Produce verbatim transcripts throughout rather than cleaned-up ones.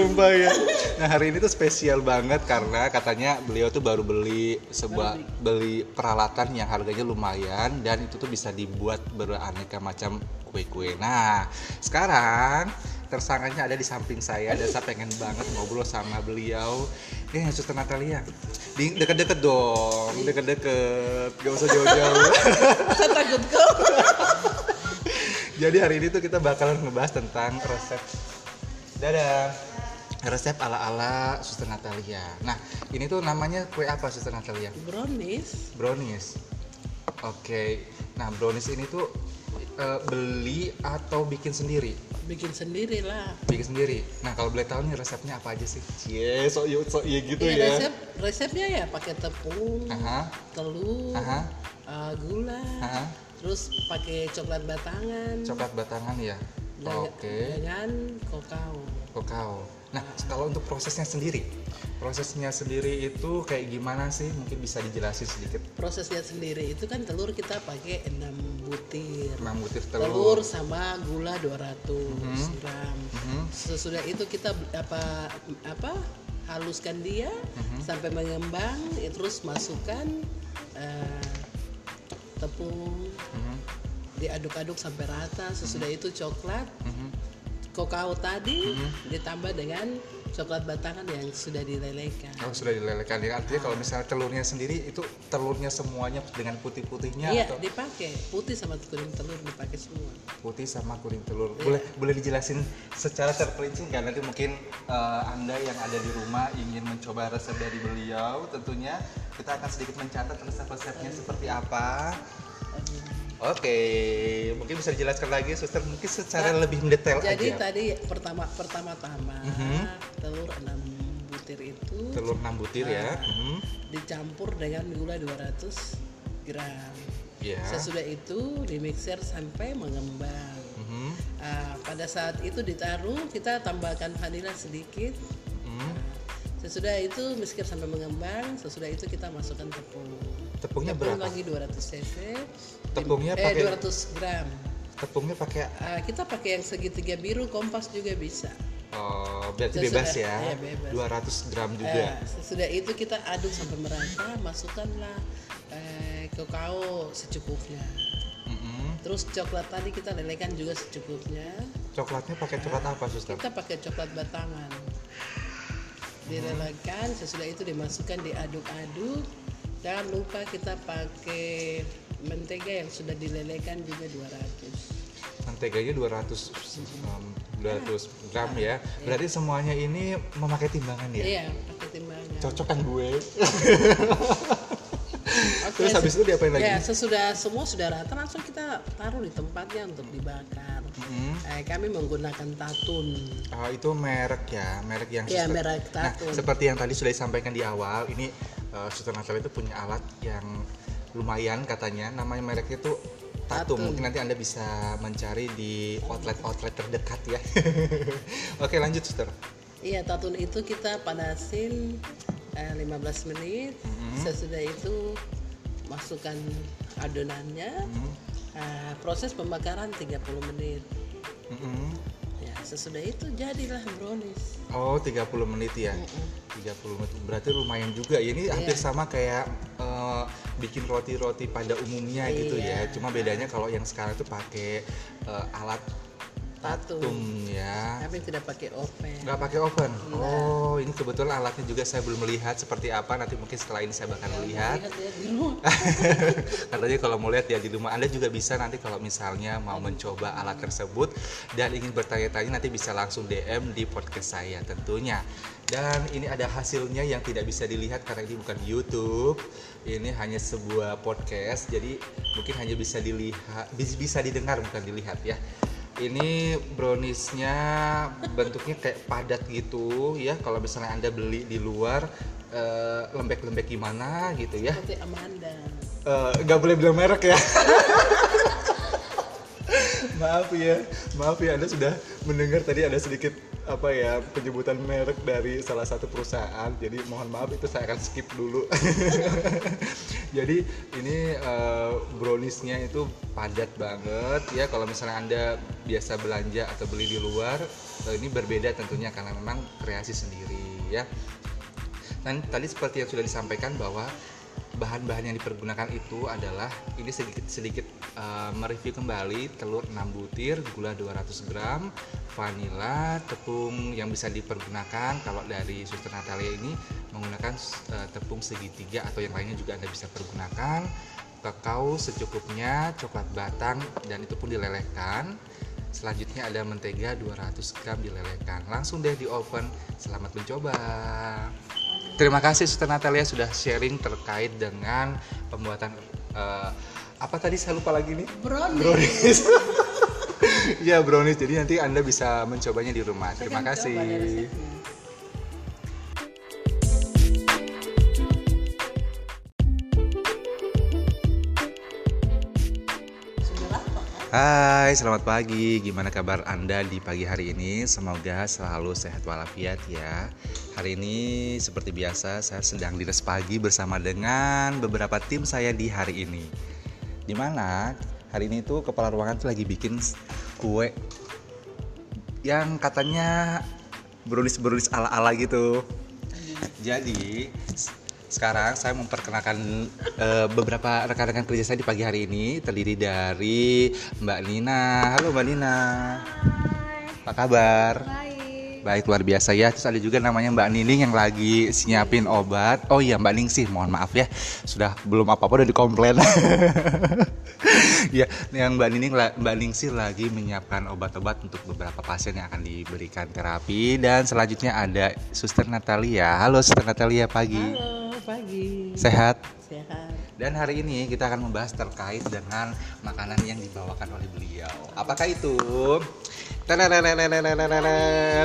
sumpah ya. Nah hari ini tuh spesial banget karena katanya beliau tuh baru beli sebuah beli peralatan yang harganya lumayan dan itu tuh bisa dibuat beraneka macam kue-kue. Nah sekarang tersangkanya ada di samping saya dan saya pengen banget ngobrol sama beliau. Eh, Suster Natalia, di deket-deket dong, deket-deket, gak usah jauh-jauh. Saya takut kok. Jadi hari ini tuh kita bakalan ngebahas tentang resep, dadah, resep ala-ala Suster Natalia. Nah, ini tuh namanya kue apa Suster Natalia? Brownies. Brownies. Oke, nah brownies ini tuh uh, beli atau bikin sendiri? Bikin sendiri lah. Bikin sendiri. Nah kalau boleh tahu nih resepnya apa aja sih? Cie, sok yuk, sok iya gitu Ya, ya. resep resepnya ya pakai tepung, Aha. telur, Aha. uh, gula, Aha. terus pakai coklat batangan. Coklat batangan ya. dengan, Oke. dengan kakao. Kakao. Nah kalau untuk prosesnya sendiri, prosesnya sendiri itu kayak gimana sih? Mungkin bisa dijelasin sedikit. Prosesnya sendiri itu kan telur kita pakai enam butir. enam butir Telur, telur. sama gula dua ratus Mhm. gram. Mhm. Sesudah itu kita apa apa haluskan dia Mhm. sampai mengembang, ya, terus masukkan eh, tepung, Mhm. diaduk-aduk sampai rata. Sesudah itu coklat, Mhm. kakao tadi Mhm. ditambah dengan coklat batangan yang sudah dilelehkan. Oh sudah dilelehkan ya. Artinya kalau misalnya telurnya sendiri itu telurnya semuanya dengan putih-putihnya Iya, atau dipakai putih sama kuning telur dipakai semua. putih sama kuning telur. Iya. Boleh boleh dijelasin secara terperinci nggak? Nanti mungkin eh, Anda yang ada di rumah ingin mencoba resep dari beliau, tentunya kita akan sedikit mencatat resep-resepnya seperti apa. Oke, mungkin bisa dijelaskan lagi, Suster, mungkin secara Nah, lebih mendetail Jadi aja. tadi pertama pertama-tama Mhm. telur enam butir itu Telur enam butir ya. Nah. Mhm. dicampur dengan gula dua ratus gram. Ya. Sesudah itu dimixer sampai mengembang. Mhm. Ah, pada saat itu ditaruh, kita tambahkan vanila sedikit. Mhm. Sesudah itu mixer sampai mengembang. Sesudah itu kita masukkan tepung. Tepungnya Tepung berapa? lagi dua ratus cc. Tepungnya eh, pakai- dua ratus gram. Tepungnya pakai Ah, kita pakai yang segitiga biru, kompas juga bisa. oh, berarti Sesudah- bebas ya. iya, bebas. dua ratus gram Eh, juga. sesudah itu kita aduk sampai merata, masukkanlah eh, kakao secukupnya. Mhm. Terus coklat tadi kita lelehkan juga secukupnya. Coklatnya pakai coklat apa, Suster? Kita pakai coklat batangan. Dilelehkan, sesudah itu dimasukkan, diaduk-aduk. Jangan lupa kita pakai mentega yang sudah dilelehkan juga dua ratus. Menteganya dua ratus um, dua ratus gram ya. Berarti semuanya ini memakai timbangan ya? Iya, pakai timbangan. Cocok kan gue? Oke, Terus habis itu diapain lagi? Ya, sesudah semua sudah rata, langsung kita taruh di tempatnya untuk dibakar. Mhm. Eh, kami menggunakan tatun. Ah, itu merek ya, merek yang Iya, Suster- merek Nah, Tatun. seperti yang tadi sudah disampaikan di awal, ini uh, Suster Natalia itu punya alat yang lumayan katanya, namanya mereknya itu Tatun. Tatun. Mungkin nanti Anda bisa mencari di outlet-outlet terdekat ya. Oke, lanjut Suster. Iya, tatun itu kita panasin eh, lima belas menit. Mhm. Sesudah itu masukkan adonannya. Mhm. Eh, proses pembakaran tiga puluh menit. Mhm. Ya, sesudah itu jadilah brownies. Oh, tiga puluh menit ya. Mm-mm. tiga puluh menit berarti lumayan juga ya. Ini hampir Iya. sama kayak eh, bikin roti-roti pada umumnya gitu ya. Iya. Cuma bedanya kalau yang sekarang tuh pakai eh, alat Tatum. tatum ya. Tapi tidak pakai oven. Nggak pakai oven. Nggak. Oh, ini kebetulan alatnya juga saya belum melihat seperti apa. Nanti mungkin setelah ini saya bakal melihat. Lihat ya di rumah. Katanya kalau mau lihat ya di rumah. Anda juga bisa nanti kalau misalnya mau mencoba alat tersebut dan ingin bertanya-tanya nanti bisa langsung D M di podcast saya tentunya. Dan ini ada hasilnya yang tidak bisa dilihat karena ini bukan YouTube. Ini hanya sebuah podcast. Jadi mungkin hanya bisa dilihat, bisa didengar bukan dilihat ya. Ini browniesnya bentuknya kayak padat gitu ya. Kalau misalnya Anda beli di luar eh, lembek-lembek gimana gitu ya. Seperti Amanda. Eh, nggak boleh bilang merek ya. Maaf ya, maaf ya Anda sudah mendengar tadi ada sedikit apa ya penyebutan merek dari salah satu perusahaan. Jadi mohon maaf itu saya akan skip dulu. Jadi ini uh, browniesnya itu padat banget ya. Kalau misalnya Anda biasa belanja atau beli di luar, uh, ini berbeda tentunya karena memang kreasi sendiri ya. Dan tadi seperti yang sudah disampaikan bahwa bahan-bahan yang dipergunakan itu adalah ini sedikit-sedikit uh, mereview kembali telur enam butir, gula dua ratus gram, vanila, tepung yang bisa dipergunakan kalau dari Suster Natalia ini menggunakan uh, tepung segitiga atau yang lainnya juga Anda bisa pergunakan, kakao secukupnya, coklat batang dan itu pun dilelehkan. Selanjutnya ada mentega dua ratus gram dilelehkan. Langsung deh di oven. Selamat mencoba. Terima kasih Suster Natalia sudah sharing terkait dengan pembuatan uh, apa tadi saya lupa lagi nih. Brownies. Brownies. Ya brownies. Jadi nanti Anda bisa mencobanya di rumah. Saya Terima kan kasih. coba ada resepnya. Sudah lapar kan? Hai, selamat pagi. Gimana kabar Anda di pagi hari ini? Semoga selalu sehat walafiat ya. Hari ini seperti biasa saya sedang di res pagi bersama dengan beberapa tim saya di hari ini. Dimana hari ini tuh kepala ruangan tuh lagi bikin kue yang katanya brownies-brownies ala-ala gitu. Jadi sekarang saya memperkenalkan uh, beberapa rekan-rekan kerja saya di pagi hari ini, terdiri dari Mbak Nina. Halo Mbak Nina. Hai. Apa kabar? Baik. Baik, luar biasa ya. Terus ada juga namanya Mbak Nining yang lagi nyiapin obat. Oh iya Mbak Ning sih, mohon maaf ya, sudah belum apa-apa udah dikomplain. Ya, yang Mbak Nining, Mbak Ningsih lagi menyiapkan obat-obat untuk beberapa pasien yang akan diberikan terapi. Dan selanjutnya ada Suster Natalia. Halo Suster Natalia, pagi. Halo, pagi. Sehat? Sehat. Dan hari ini kita akan membahas terkait dengan makanan yang dibawakan oleh beliau. Apakah itu? Tenenenenenenenenet.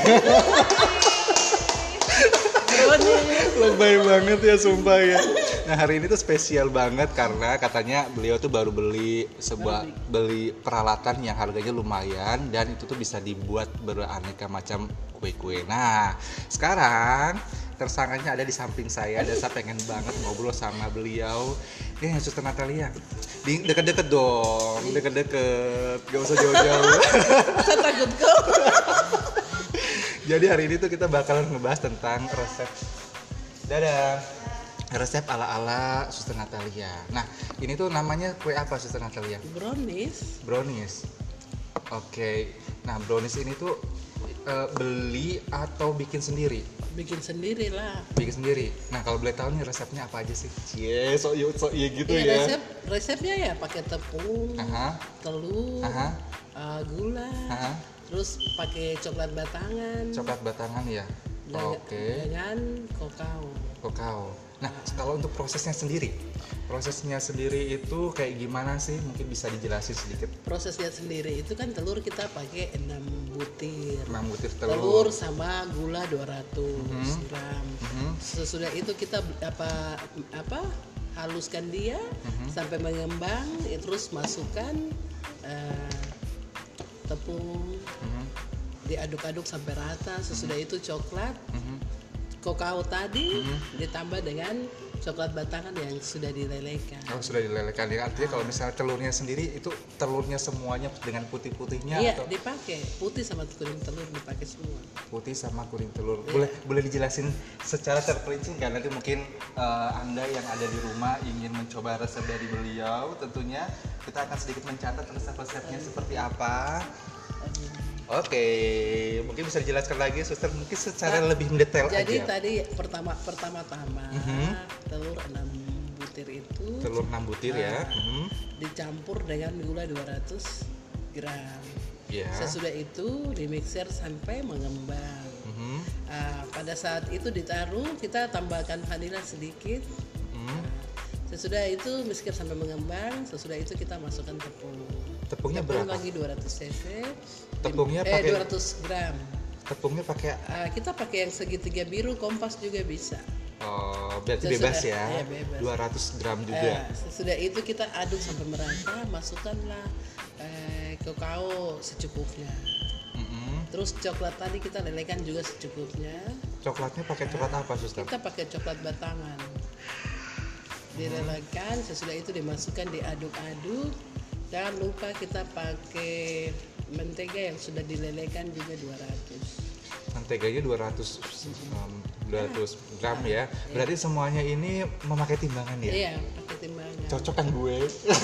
Lebay banget ya sumpah ya. Nah hari ini tuh spesial banget karena katanya beliau tuh baru beli sebuah beli peralatan yang harganya lumayan dan itu tuh bisa dibuat beraneka macam kue-kue. Nah sekarang tersangkanya ada di samping saya dan saya pengen banget ngobrol sama beliau. Eh Suster Natalia, di deket-deket dong, deket-deket, gak usah jauh-jauh. Saya takut kok. Jadi hari ini tuh kita bakalan ngebahas tentang resep. Dadah. Resep ala-ala Suster Natalia. Nah, ini tuh namanya kue apa Suster Natalia? Brownies. Brownies. Oke. Nah, brownies ini tuh uh, beli atau bikin sendiri? Bikin sendiri lah. Bikin sendiri. Nah, kalau boleh tahu nih resepnya apa aja sih? Cie, sok iya sok iya gitu Iya, ya. resep resepnya ya pakai tepung, Aha. telur, Aha. uh, gula, Aha. terus pakai coklat batangan. Coklat batangan ya. dengan- Oke. Dengan kakao. Kakao. Nah, kalau untuk prosesnya sendiri, prosesnya sendiri itu kayak gimana sih? Mungkin bisa dijelasin sedikit. Prosesnya sendiri itu kan telur kita pakai enam butir. enam butir Telur, telur. sama gula dua ratus Mhm. gram. Mhm. Sesudah itu kita apa apa haluskan dia Mhm. sampai mengembang, ya, terus masukkan eh, tepung, Mhm. diaduk-aduk sampai rata. Sesudah itu coklat, Mhm. kakao tadi Mhm. ditambah dengan coklat batangan yang sudah dilelehkan. Oh, sudah dilelehkan ya. Artinya Ah. kalau misalnya telurnya sendiri itu telurnya semuanya dengan putih-putihnya Iya, atau dipakai putih sama kuning telur dipakai semua. putih sama kuning telur. Iya. Boleh boleh dijelasin secara terperinci nggak? Nanti mungkin eh, Anda yang ada di rumah ingin mencoba resep dari beliau, tentunya kita akan sedikit mencatat resep-resepnya seperti apa. Oke, mungkin bisa dijelaskan lagi, Suster, mungkin secara Nah, lebih mendetail Jadi aja. tadi pertama pertama-tama Mhm. telur enam butir itu Telur enam butir ya. Ah. Mhm. dicampur dengan gula dua ratus gram. Ya. Sesudah itu dimixer sampai mengembang. Mhm. Ah, pada saat itu ditaruh, kita tambahkan vanila sedikit. Mhm. Sesudah itu mixer sampai mengembang. Sesudah itu kita masukkan tepung. Tepungnya Tepung berapa? lagi dua ratus cc. Tepungnya eh, pakai- dua ratus gram. Tepungnya pakai Ah, kita pakai yang segitiga biru, kompas juga bisa. oh, berarti Sesudah- bebas ya. iya, bebas. dua ratus gram juga. Eh, sesudah itu kita aduk sampai merata, masukkanlah eh, kakao secukupnya. Mhm. Terus coklat tadi kita lelehkan juga secukupnya. Coklatnya pakai coklat apa, Suster? Kita pakai coklat batangan. Dilelehkan, sesudah itu dimasukkan diaduk-aduk. Jangan lupa kita pakai mentega yang sudah dilelehkan juga dua ratus. Menteganya dua ratus um, dua ratus gram ya. Berarti semuanya ini memakai timbangan ya? Iya, pakai timbangan. Cocok kan gue?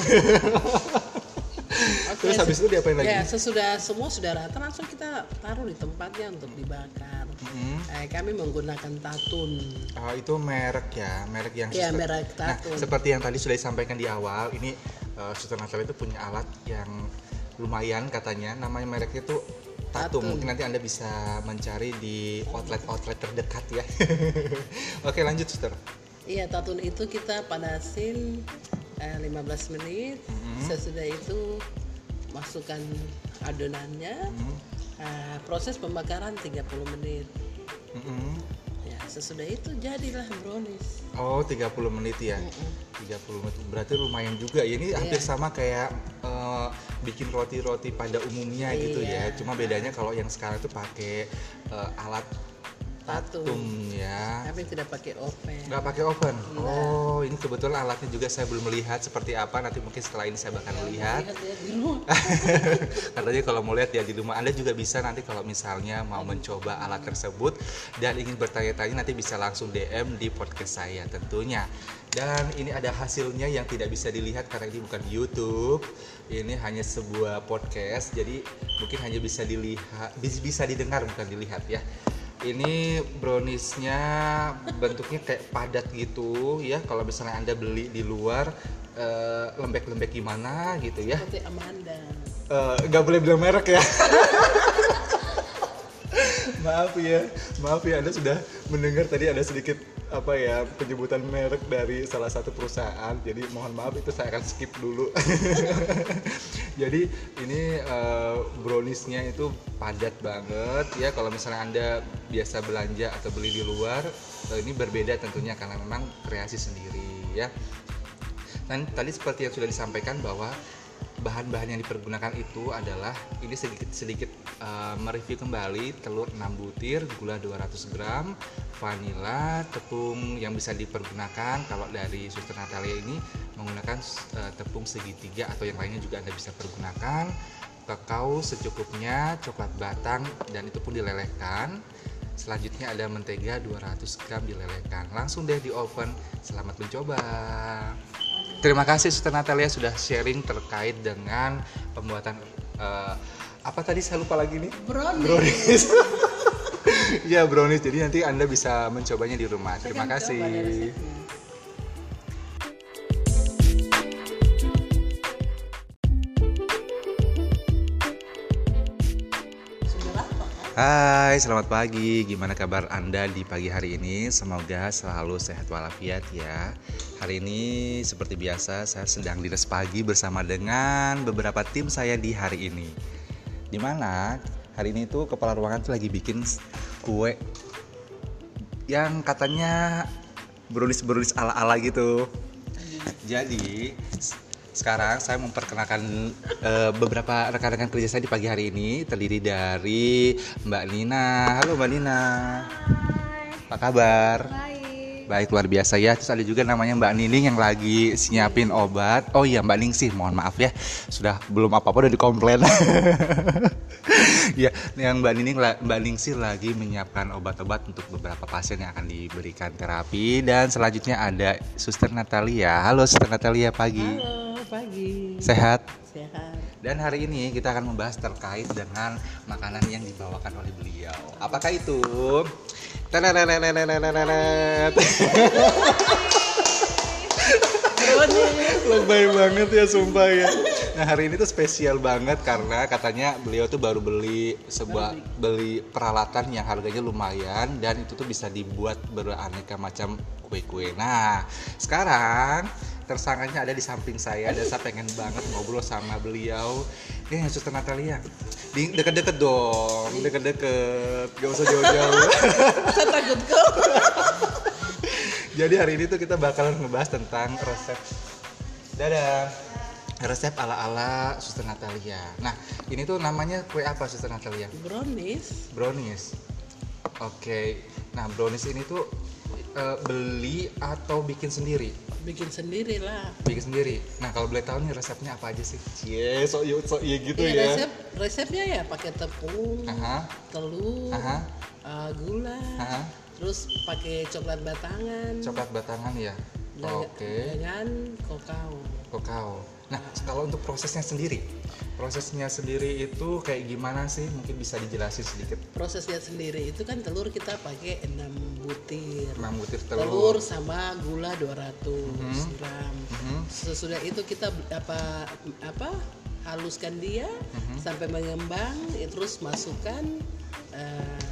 Oke, Terus habis itu diapain lagi? Ya, sesudah semua sudah rata langsung kita taruh di tempatnya untuk dibakar. Mhm. Eh, kami menggunakan tatun. Ah, itu merek ya, merek yang Iya, Suster- merek Nah, Tatun. seperti yang tadi sudah disampaikan di awal, ini uh, Suster Natalia itu punya alat yang lumayan katanya, namanya mereknya itu Tatum. Tatun. Mungkin nanti Anda bisa mencari di outlet-outlet terdekat ya. Oke, lanjut Suster. Iya, tatun itu kita panasin eh, lima belas menit. Mhm. Sesudah itu masukkan adonannya. Mhm. Eh, proses pembakaran tiga puluh menit. Mhm. Ya, sesudah itu jadilah brownies. Oh, tiga puluh menit ya. Mm-mm. tiga puluh menit. Berarti lumayan juga. Ya, ini hampir Iya. sama kayak eh, bikin roti-roti pada umumnya gitu ya. Iya. Cuma bedanya kalau yang sekarang itu pakai eh, alat Tatum. tatum ya. Kami tidak pakai oven. Nggak pakai oven. Nggak. Oh, ini kebetulan alatnya juga saya belum melihat seperti apa. Nanti mungkin setelah ini saya bakal lihat. Lihat ya di rumah. Katanya kalau mau lihat ya di rumah. Anda juga bisa nanti kalau misalnya mau mencoba alat tersebut dan ingin bertanya-tanya nanti bisa langsung D M di podcast saya tentunya. Dan ini ada hasilnya yang tidak bisa dilihat karena ini bukan YouTube. Ini hanya sebuah podcast. Jadi mungkin hanya bisa dilihat, bis- bisa didengar bukan dilihat ya. Ini browniesnya bentuknya kayak padat gitu ya. Kalau misalnya Anda beli di luar eh, lembek-lembek gimana gitu ya. Seperti Amanda. Eh, nggak boleh bilang merek ya. Maaf ya, maaf ya, Anda sudah mendengar tadi ada sedikit apa ya penyebutan merek dari salah satu perusahaan. Jadi mohon maaf itu saya akan skip dulu. Jadi ini eh, browniesnya itu padat banget ya. Kalau misalnya Anda biasa belanja atau beli di luar, eh, ini berbeda tentunya karena memang kreasi sendiri ya. Dan tadi seperti yang sudah disampaikan bahwa bahan-bahan yang dipergunakan itu adalah ini sedikit-sedikit uh, mereview kembali telur enam butir, gula dua ratus gram, vanila, tepung yang bisa dipergunakan kalau dari Suster Natalia ini menggunakan uh, tepung segitiga atau yang lainnya juga Anda bisa pergunakan, kakao secukupnya, coklat batang dan itu pun dilelehkan. Selanjutnya ada mentega dua ratus gram dilelehkan. Langsung deh di oven. Selamat mencoba. Terima kasih Suster Natalia sudah sharing terkait dengan pembuatan uh, apa tadi saya lupa lagi nih? Brownies. Brownies. Ya brownies. Jadi nanti Anda bisa mencobanya di rumah. Terima Saya kan coba ada kasih. resepnya. Sudah lapar kan? Hai, selamat pagi. Gimana kabar Anda di pagi hari ini? Semoga selalu sehat walafiat ya. Hari ini seperti biasa saya sedang di res pagi bersama dengan beberapa tim saya di hari ini. Dimana hari ini tuh kepala ruangan tuh lagi bikin kue yang katanya brownies-brownies ala-ala gitu. Jadi sekarang saya memperkenalkan uh, beberapa rekan-rekan kerja saya di pagi hari ini, terdiri dari Mbak Nina. Halo Mbak Nina. Hai. Apa kabar? Baik. Baik, luar biasa ya. Terus ada juga namanya Mbak Nining yang lagi nyiapin obat. Oh iya Mbak Ning sih, mohon maaf ya, sudah belum apa-apa udah dikomplain. Ya, yang Mbak Nining, Mbak Ningsih lagi menyiapkan obat-obat untuk beberapa pasien yang akan diberikan terapi. Dan selanjutnya ada Suster Natalia. Halo Suster Natalia, pagi. Halo, pagi. Sehat? Sehat. Dan hari ini kita akan membahas terkait dengan makanan yang dibawakan oleh beliau. Apakah itu? Lebay banget ya sumpah ya. Nah hari ini tuh spesial banget karena katanya beliau tuh baru beli sebuah beli peralatan yang harganya lumayan dan itu tuh bisa dibuat beraneka macam kue-kue. Nah sekarang tersangkanya ada di samping saya dan saya pengen banget ngobrol sama beliau. Ini Suster Natalia. Di deket-deket dong, deket-deket, gak usah jauh-jauh. Saya takut kok. Jadi hari ini tuh kita bakalan ngebahas tentang resep. Dadah. Resep ala-ala Suster Natalia. Nah, ini tuh namanya kue apa Suster Natalia? Brownies. Brownies. Oke. Nah, brownies ini tuh uh, beli atau bikin sendiri? Bikin sendiri lah. Bikin sendiri. Nah, kalau boleh tahu nih resepnya apa aja sih? Cie, sok iya sok iya gitu Iya, ya. resep resepnya ya pakai tepung, Aha. telur, Aha. uh, gula, Aha. terus pakai coklat batangan. Coklat batangan ya. dengan, Oke. dengan kokao. Kokao. Nah, kalau untuk prosesnya sendiri, prosesnya sendiri itu kayak gimana sih? Mungkin bisa dijelasin sedikit. Prosesnya sendiri itu kan telur kita pakai enam butir. enam butir Telur, telur. sama gula dua ratus Mhm. gram. Mhm. Sesudah itu kita apa apa haluskan dia Mhm. sampai mengembang, terus masukkan eh,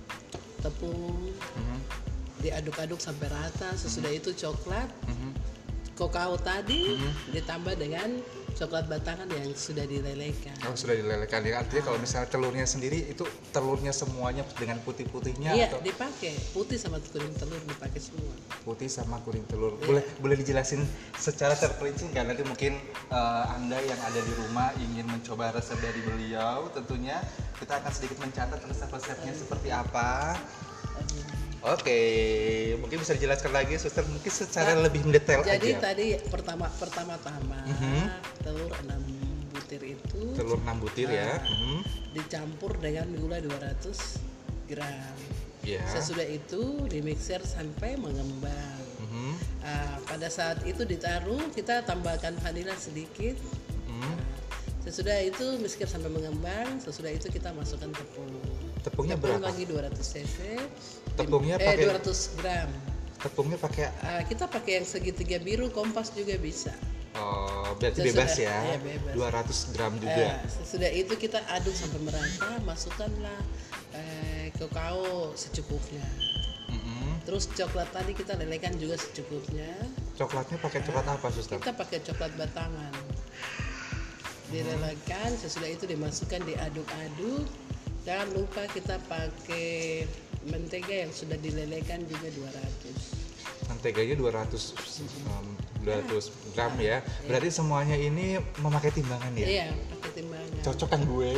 tepung, Mhm. diaduk-aduk sampai rata. Sesudah itu coklat, Mhm. kokao tadi Mhm. ditambah dengan coklat batangan yang sudah dilelehkan. Oh, sudah dilelehkan ya. Artinya kalau misalnya telurnya sendiri itu telurnya semuanya dengan putih-putihnya Iya, atau dipakai putih sama kuning telur dipakai semua. putih sama kuning telur. Boleh boleh dijelasin secara terperinci nggak? Nanti mungkin eh, Anda yang ada di rumah ingin mencoba resep dari beliau, tentunya kita akan sedikit mencatat resep-resepnya seperti apa. Oke, mungkin bisa dijelaskan lagi Suster mungkin secara Nah, lebih mendetail Jadi aja. tadi pertama pertama-tama Mhm. telur enam butir itu Telur enam butir ya. Mhm. dicampur dengan gula dua ratus gram. Ya. Sesudah itu dimixer sampai mengembang. Mhm. Ah, pada saat itu ditaruh, kita tambahkan vanila sedikit. Mhm. Sesudah itu mixer sampai mengembang. Sesudah itu kita masukkan tepung. Tepungnya Tepung berapa? lagi dua ratus cc. Tepungnya eh, pakai- dua ratus gram. Tepungnya pakai Ah, kita pakai yang segitiga biru, kompas juga bisa. oh, berarti Sesudah- bebas ya. iya, bebas. dua ratus gram juga. Eh, sesudah itu kita aduk sampai merata, masukkanlah eh, kakao secukupnya. Mhm. Terus coklat tadi kita lelehkan juga secukupnya. Coklatnya pakai coklat apa Suster? Kita pakai coklat batangan. Dilelehkan, sesudah itu dimasukkan diaduk-aduk. Jangan lupa kita pakai mentega yang sudah dilelehkan juga dua ratus. Menteganya dua ratus um, dua ratus gram ya. Berarti semuanya ini memakai timbangan ya? Iya, pakai timbangan. Cocok kan gue?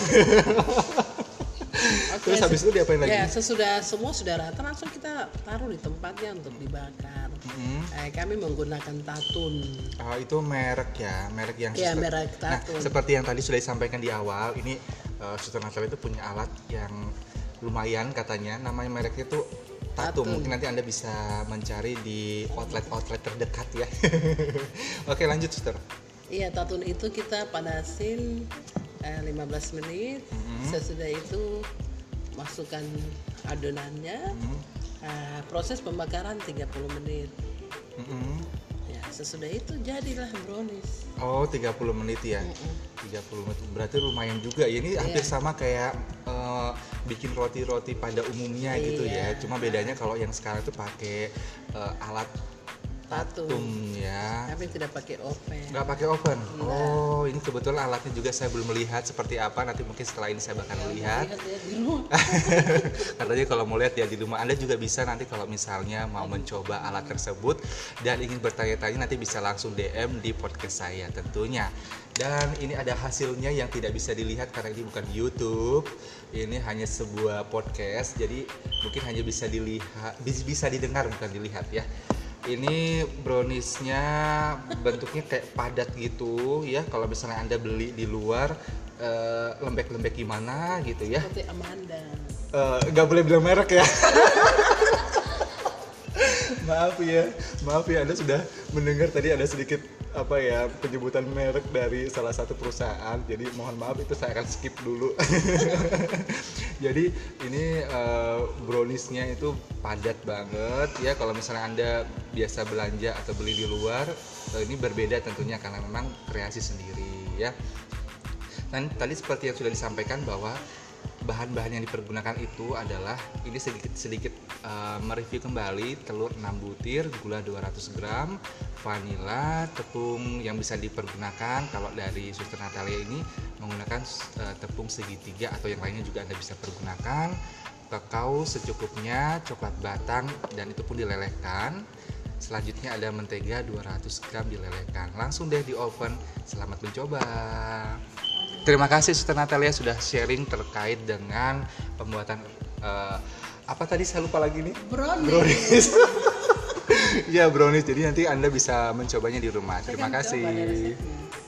Oke, Terus habis se- itu diapain lagi? Ya, sesudah semua sudah rata langsung kita taruh di tempatnya untuk dibakar. Mhm. Eh, kami menggunakan tatun. Oh, itu merek ya, merek yang Iya, Suster- merek Nah, Tatun. seperti yang tadi sudah disampaikan di awal, ini uh, Suster Natalia itu punya alat yang lumayan katanya, namanya mereknya itu Tatun. Tatun. Mungkin nanti Anda bisa mencari di outlet-outlet terdekat ya. Oke, lanjut Suster. Iya, tatun itu kita panasin eh, lima belas menit. Mhm. Sesudah itu masukkan adonannya. Mhm. Eh, proses pembakaran tiga puluh menit. Mhm. Ya, sesudah itu jadilah brownies. Oh, tiga puluh menit ya. Mm-mm. tiga puluh menit. Berarti lumayan juga. Ya, ini hampir Iya. sama kayak eh, bikin roti-roti pada umumnya gitu ya. Iya. Cuma bedanya kalau yang sekarang itu pakai eh, alat patung. patung ya. Tapi tidak pakai oven. Nggak pakai oven. Enggak. Oh, ini kebetulan alatnya juga saya belum melihat seperti apa. Nanti mungkin setelah ini saya bakal melihat. Lihat ya di rumah. Katanya kalau mau lihat ya di rumah. Anda juga bisa nanti kalau misalnya mau mencoba alat tersebut dan ingin bertanya-tanya nanti bisa langsung D M di podcast saya tentunya. Dan ini ada hasilnya yang tidak bisa dilihat karena ini bukan YouTube. Ini hanya sebuah podcast. Jadi mungkin hanya bisa dilihat, bisa didengar bukan dilihat ya. Ini browniesnya bentuknya kayak padat gitu ya. Kalau misalnya Anda beli di luar eh, lembek-lembek gimana gitu ya. Seperti Amanda. Eh, Gak boleh bilang merek ya. Maaf ya, maaf ya Anda sudah mendengar tadi ada sedikit apa ya penyebutan merek dari salah satu perusahaan. Jadi mohon maaf itu saya akan skip dulu. Jadi ini uh, browniesnya itu padat banget ya. Kalau misalnya Anda biasa belanja atau beli di luar, uh, ini berbeda tentunya karena memang kreasi sendiri ya. Dan tadi seperti yang sudah disampaikan bahwa bahan-bahan yang dipergunakan itu adalah ini sedikit sedikit uh, mereview kembali telur enam butir, gula dua ratus gram, vanila, tepung yang bisa dipergunakan kalau dari Suster Natalia ini menggunakan uh, tepung segitiga atau yang lainnya juga Anda bisa pergunakan, kakao secukupnya, coklat batang dan itu pun dilelehkan. Selanjutnya ada mentega dua ratus gram dilelehkan. Langsung deh di oven. Selamat mencoba. Terima kasih Suster Natalia sudah sharing terkait dengan pembuatan uh, apa tadi saya lupa lagi nih? Brownies. Brownies. Ya brownies. Jadi nanti Anda bisa mencobanya di rumah. Saya Terima kan kasih. coba deh resepnya.